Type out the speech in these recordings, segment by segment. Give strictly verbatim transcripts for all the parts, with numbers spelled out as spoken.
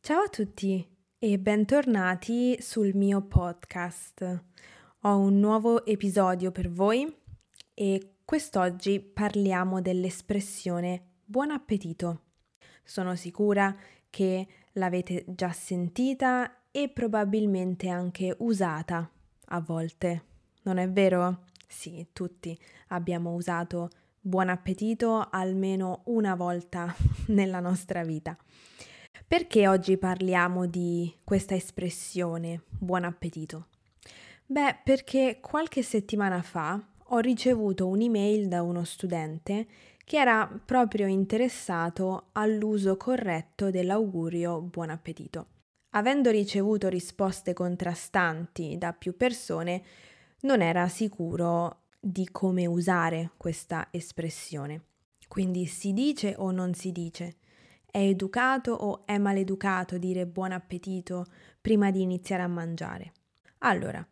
Ciao a tutti e bentornati sul mio podcast. Ho un nuovo episodio per voi e quest'oggi parliamo dell'espressione buon appetito. Sono sicura che l'avete già sentita e probabilmente anche usata a volte. Non è vero? Sì, tutti abbiamo usato buon appetito almeno una volta nella nostra vita. Perché oggi parliamo di questa espressione, buon appetito? Beh, perché qualche settimana fa ho ricevuto un'email da uno studente che era proprio interessato all'uso corretto dell'augurio buon appetito. Avendo ricevuto risposte contrastanti da più persone, non era sicuro di come usare questa espressione. Quindi si dice o non si dice? È educato o è maleducato dire buon appetito prima di iniziare a mangiare? Allora,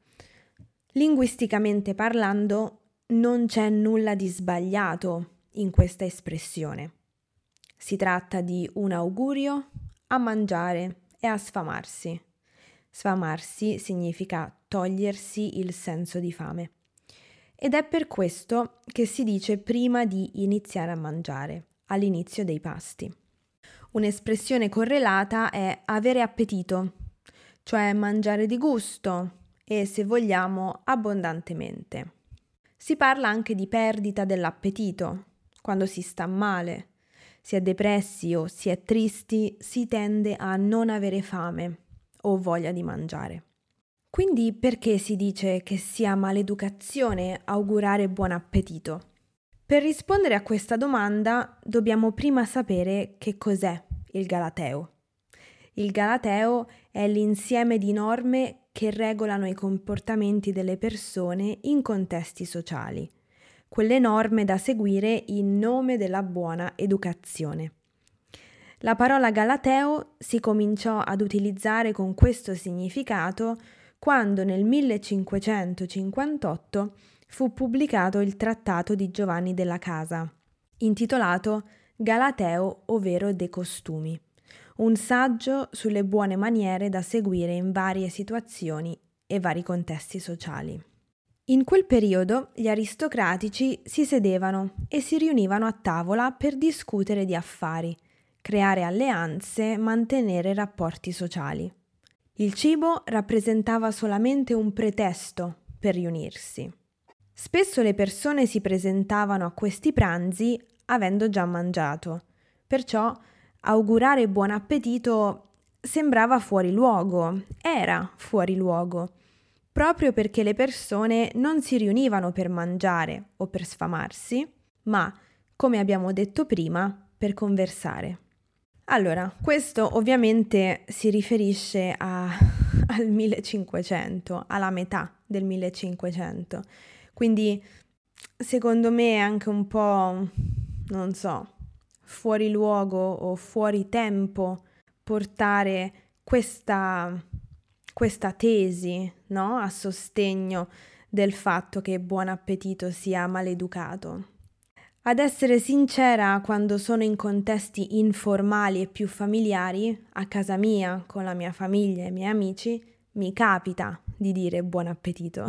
linguisticamente parlando, non c'è nulla di sbagliato in questa espressione. Si tratta di un augurio a mangiare e a sfamarsi. Sfamarsi significa togliersi il senso di fame. Ed è per questo che si dice prima di iniziare a mangiare, all'inizio dei pasti. Un'espressione correlata è avere appetito, cioè mangiare di gusto e, se vogliamo, abbondantemente. Si parla anche di perdita dell'appetito, quando si sta male. Si è depressi o si è tristi, si tende a non avere fame o voglia di mangiare. Quindi perché si dice che sia maleducazione augurare buon appetito? Per rispondere a questa domanda dobbiamo prima sapere che cos'è il Galateo. Il Galateo è l'insieme di norme che regolano i comportamenti delle persone in contesti sociali, quelle norme da seguire in nome della buona educazione. La parola Galateo si cominciò ad utilizzare con questo significato quando nel millecinquecentocinquantotto fu pubblicato il Trattato di Giovanni della Casa, intitolato Galateo, ovvero De Costumi, un saggio sulle buone maniere da seguire in varie situazioni e vari contesti sociali. In quel periodo gli aristocratici si sedevano e si riunivano a tavola per discutere di affari, creare alleanze, mantenere rapporti sociali. Il cibo rappresentava solamente un pretesto per riunirsi. Spesso le persone si presentavano a questi pranzi avendo già mangiato, perciò augurare buon appetito sembrava fuori luogo, era fuori luogo, proprio perché le persone non si riunivano per mangiare o per sfamarsi, ma, come abbiamo detto prima, per conversare. Allora, questo ovviamente si riferisce a, al millecinquecento, alla metà del millecinquecento. Quindi, secondo me è anche un po', non so, fuori luogo o fuori tempo portare questa, questa tesi, no? A sostegno del fatto che buon appetito sia maleducato. Ad essere sincera, quando sono in contesti informali e più familiari, a casa mia, con la mia famiglia e i miei amici, mi capita di dire buon appetito.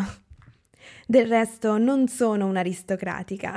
Del resto non sono un'aristocratica.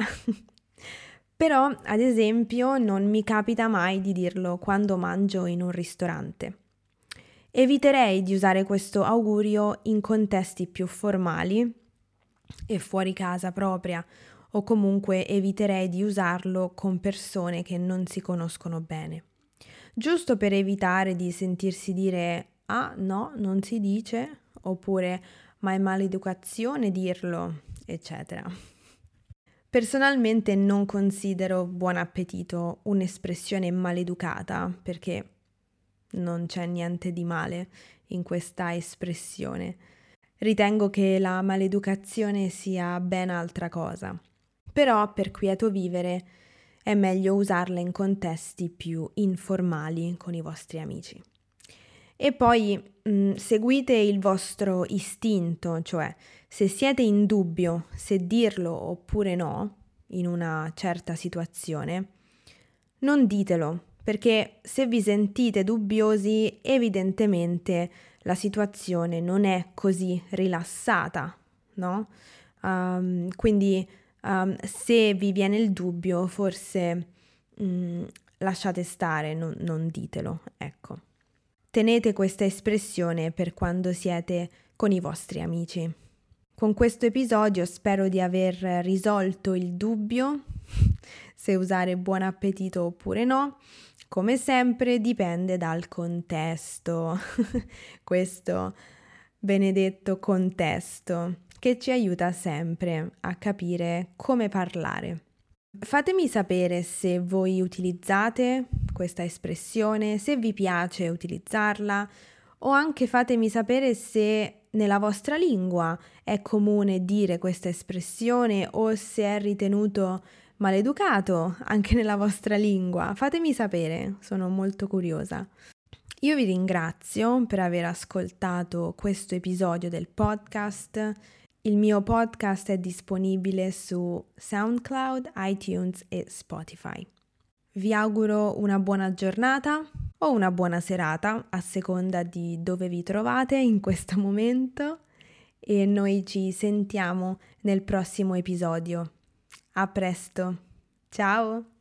Però, ad esempio, non mi capita mai di dirlo quando mangio in un ristorante. Eviterei di usare questo augurio in contesti più formali e fuori casa propria, o comunque eviterei di usarlo con persone che non si conoscono bene. Giusto per evitare di sentirsi dire ah no, non si dice, oppure ma è maleducazione dirlo, eccetera. Personalmente non considero buon appetito un'espressione maleducata, perché non c'è niente di male in questa espressione. Ritengo che la maleducazione sia ben altra cosa. Però per quieto vivere è meglio usarla in contesti più informali con i vostri amici. E poi mh, seguite il vostro istinto, cioè se siete in dubbio se dirlo oppure no in una certa situazione, non ditelo perché se vi sentite dubbiosi, evidentemente la situazione non è così rilassata, no? Um, quindi um, se vi viene il dubbio, forse um, lasciate stare, non, non ditelo, ecco. Tenete questa espressione per quando siete con i vostri amici. Con questo episodio spero di aver risolto il dubbio se usare buon appetito oppure no. Come sempre dipende dal contesto, questo benedetto contesto che ci aiuta sempre a capire come parlare. Fatemi sapere se voi utilizzate questa espressione, se vi piace utilizzarla, o anche fatemi sapere se nella vostra lingua è comune dire questa espressione o se è ritenuto maleducato anche nella vostra lingua. Fatemi sapere, sono molto curiosa. Io vi ringrazio per aver ascoltato questo episodio del podcast. Il mio podcast è disponibile su SoundCloud, iTunes e Spotify. Vi auguro una buona giornata o una buona serata, a seconda di dove vi trovate in questo momento, e noi ci sentiamo nel prossimo episodio. A presto, ciao!